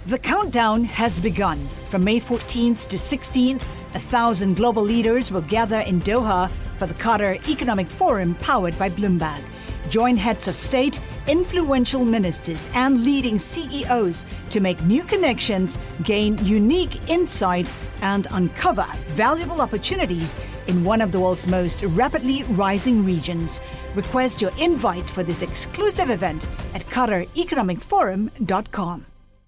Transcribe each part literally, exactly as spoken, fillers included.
The countdown has begun. From May fourteenth to sixteenth, a thousand global leaders will gather in Doha for the Qatar Economic Forum powered by Bloomberg. Join heads of state, influential ministers, and leading C E Os to make new connections, gain unique insights, and uncover valuable opportunities in one of the world's most rapidly rising regions. Request your invite for this exclusive event at qatar economic forum dot com.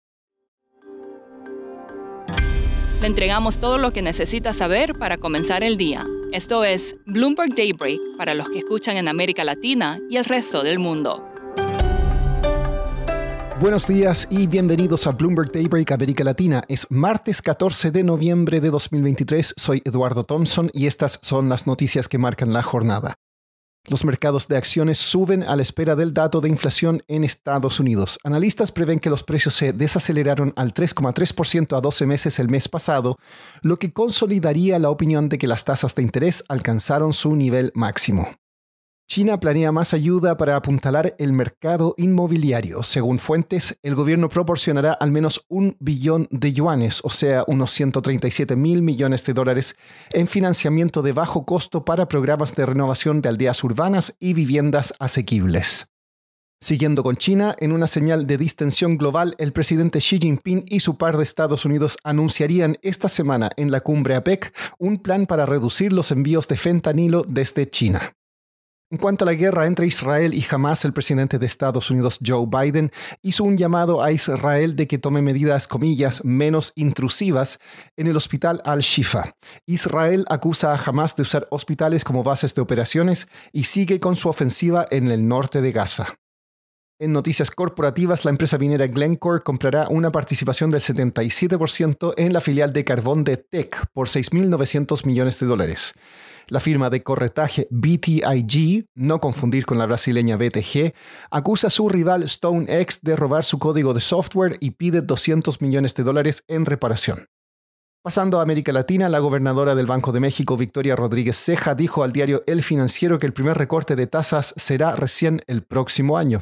Le entregamos todo lo que necesita saber para comenzar el día. Esto es Bloomberg Daybreak para los que escuchan en América Latina y el resto del mundo. Buenos días y bienvenidos a Bloomberg Daybreak América Latina. Es martes catorce de noviembre de dos mil veintitrés. Soy Eduardo Thompson y estas son las noticias que marcan la jornada. Los mercados de acciones suben a la espera del dato de inflación en Estados Unidos. Analistas prevén que los precios se desaceleraron al tres coma tres por ciento a doce meses el mes pasado, lo que consolidaría la opinión de que las tasas de interés alcanzaron su nivel máximo. China planea más ayuda para apuntalar el mercado inmobiliario. Según fuentes, el gobierno proporcionará al menos un billón de yuanes, o sea, unos ciento treinta y siete mil millones de dólares, en financiamiento de bajo costo para programas de renovación de aldeas urbanas y viviendas asequibles. Siguiendo con China, en una señal de distensión global, el presidente Xi Jinping y su par de Estados Unidos anunciarían esta semana en la cumbre APEC un plan para reducir los envíos de fentanilo desde China. En cuanto a la guerra entre Israel y Hamás, el presidente de Estados Unidos, Joe Biden, hizo un llamado a Israel de que tome medidas, comillas, menos intrusivas en el hospital Al-Shifa. Israel acusa a Hamás de usar hospitales como bases de operaciones y sigue con su ofensiva en el norte de Gaza. En noticias corporativas, la empresa minera Glencore comprará una participación del setenta y siete por ciento en la filial de carbón de Teck por seis mil novecientos millones de dólares. La firma de corretaje B T I G, no confundir con la brasileña B T G, acusa a su rival StoneX de robar su código de software y pide doscientos millones de dólares en reparación. Pasando a América Latina, la gobernadora del Banco de México, Victoria Rodríguez Ceja, dijo al diario El Financiero que el primer recorte de tasas será recién el próximo año.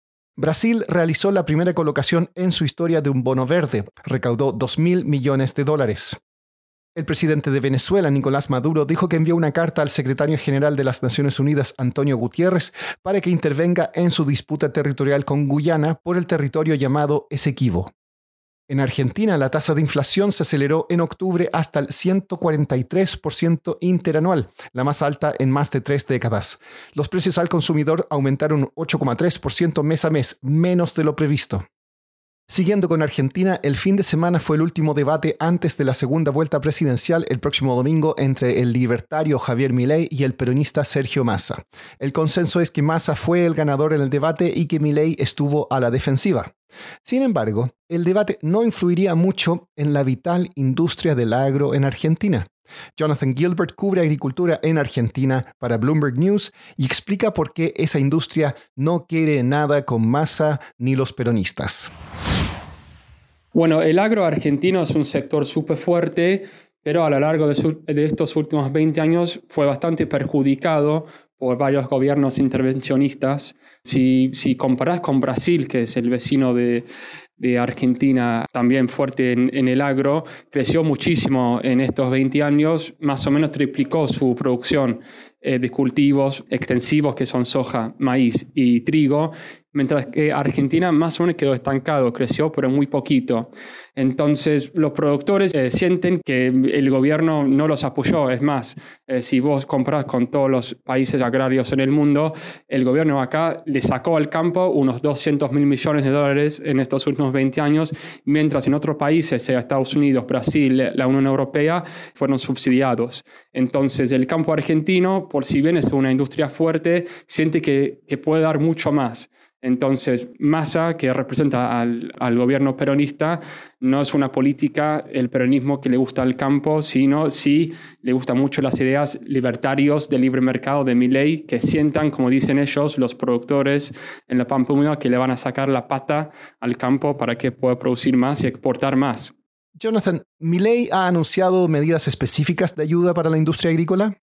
Brasil realizó la primera colocación en su historia de un bono verde, recaudó dos mil millones de dólares. El presidente de Venezuela, Nicolás Maduro, dijo que envió una carta al secretario general de las Naciones Unidas, Antonio Gutiérrez, para que intervenga en su disputa territorial con Guyana por el territorio llamado Esequibo. En Argentina, la tasa de inflación se aceleró en octubre hasta el ciento cuarenta y tres por ciento interanual, la más alta en más de tres décadas. Los precios al consumidor aumentaron ocho coma tres por ciento mes a mes, menos de lo previsto. Siguiendo con Argentina, el fin de semana fue el último debate antes de la segunda vuelta presidencial el próximo domingo entre el libertario Javier Milei y el peronista Sergio Massa. El consenso es que Massa fue el ganador en el debate y que Milei estuvo a la defensiva. Sin embargo, el debate no influiría mucho en la vital industria del agro en Argentina. Jonathan Gilbert cubre agricultura en Argentina para Bloomberg News y explica por qué esa industria no quiere nada con Massa ni los peronistas. Bueno, el agro argentino es un sector súper fuerte, pero a lo largo de, su, de estos últimos veinte años fue bastante perjudicado por varios gobiernos intervencionistas. Si, si comparás con Brasil, que es el vecino de, de Argentina, también fuerte en, en el agro, creció muchísimo en estos veinte años, más o menos triplicó su producción eh, de cultivos extensivos que son soja, maíz y trigo, mientras que Argentina más o menos quedó estancado, creció pero muy poquito. Entonces los productores eh, sienten que el gobierno no los apoyó. Es más, eh, si vos comparás con todos los países agrarios en el mundo, el gobierno acá le sacó al campo unos doscientos mil millones de dólares en estos últimos veinte años, mientras en otros países, sea Estados Unidos, Brasil, la Unión Europea, fueron subsidiados. Entonces el campo argentino, por si bien es una industria fuerte, siente que, que puede dar mucho más. Entonces, Massa, que representa al, al gobierno peronista, no es una política, el peronismo que le gusta al campo, sino sí le gustan mucho las ideas libertarios del libre mercado de Milei, que sientan, como dicen ellos, los productores en la pampa húmeda, que le van a sacar la pata al campo para que pueda producir más y exportar más. Jonathan, ¿Milei ha anunciado medidas específicas de ayuda para la industria agrícola?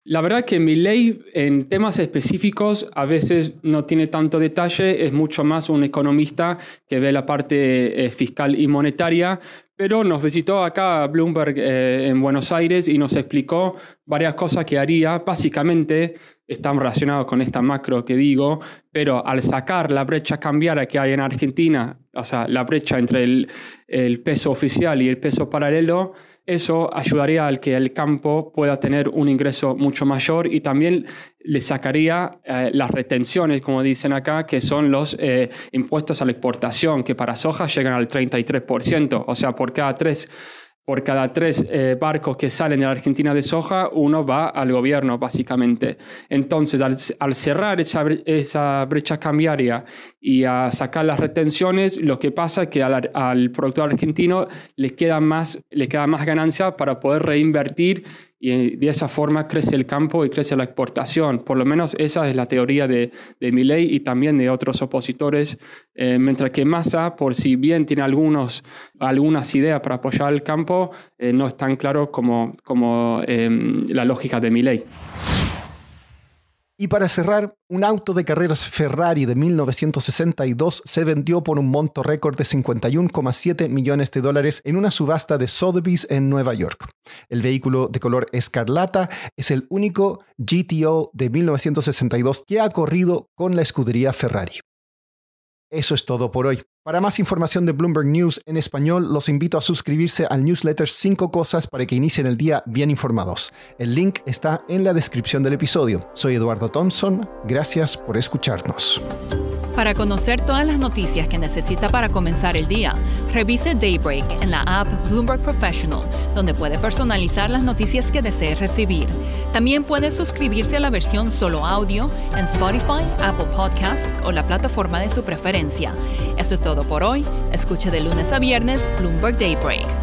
La verdad que Milei en temas específicos a veces no tiene tanto detalle, es mucho más un economista que ve la parte eh, fiscal y monetaria, pero nos visitó acá a Bloomberg eh, en Buenos Aires y nos explicó varias cosas que haría. Básicamente están relacionados con esta macro que digo, pero al sacar la brecha cambiaria que hay en Argentina, o sea, la brecha entre el, el peso oficial y el peso paralelo, eso ayudaría al que el campo pueda tener un ingreso mucho mayor y también le sacaría eh, las retenciones, como dicen acá, que son los eh, impuestos a la exportación, que para soja llegan al treinta y tres por ciento. O sea, por cada tres, por cada tres eh, barcos que salen de la Argentina de soja, uno va al gobierno, básicamente. Entonces, al, al cerrar esa, esa brecha cambiaria y a sacar las retenciones, lo que pasa es que al, al productor argentino le queda más, le queda más ganancia para poder reinvertir y de esa forma crece el campo y crece la exportación. Por lo menos esa es la teoría de, de Milei y también de otros opositores, eh, mientras que Massa, por si bien tiene algunos, algunas ideas para apoyar al campo, eh, no es tan claro como, como eh, la lógica de Milei. Y para cerrar, un auto de carreras Ferrari de mil novecientos sesenta y dos se vendió por un monto récord de cincuenta y uno coma siete millones de dólares en una subasta de Sotheby's en Nueva York. El vehículo de color escarlata es el único G T O de mil novecientos sesenta y dos que ha corrido con la escudería Ferrari. Eso es todo por hoy. Para más información de Bloomberg News en español, los invito a suscribirse al newsletter cinco cosas para que inicien el día bien informados. El link está en la descripción del episodio. Soy Eduardo Thompson. Gracias por escucharnos. Para conocer todas las noticias que necesita para comenzar el día, revise Daybreak en la app Bloomberg Professional, donde puede personalizar las noticias que desee recibir. También puede suscribirse a la versión solo audio en Spotify, Apple Podcasts o la plataforma de su preferencia. Eso es todo por hoy. Escuche de lunes a viernes Bloomberg Daybreak.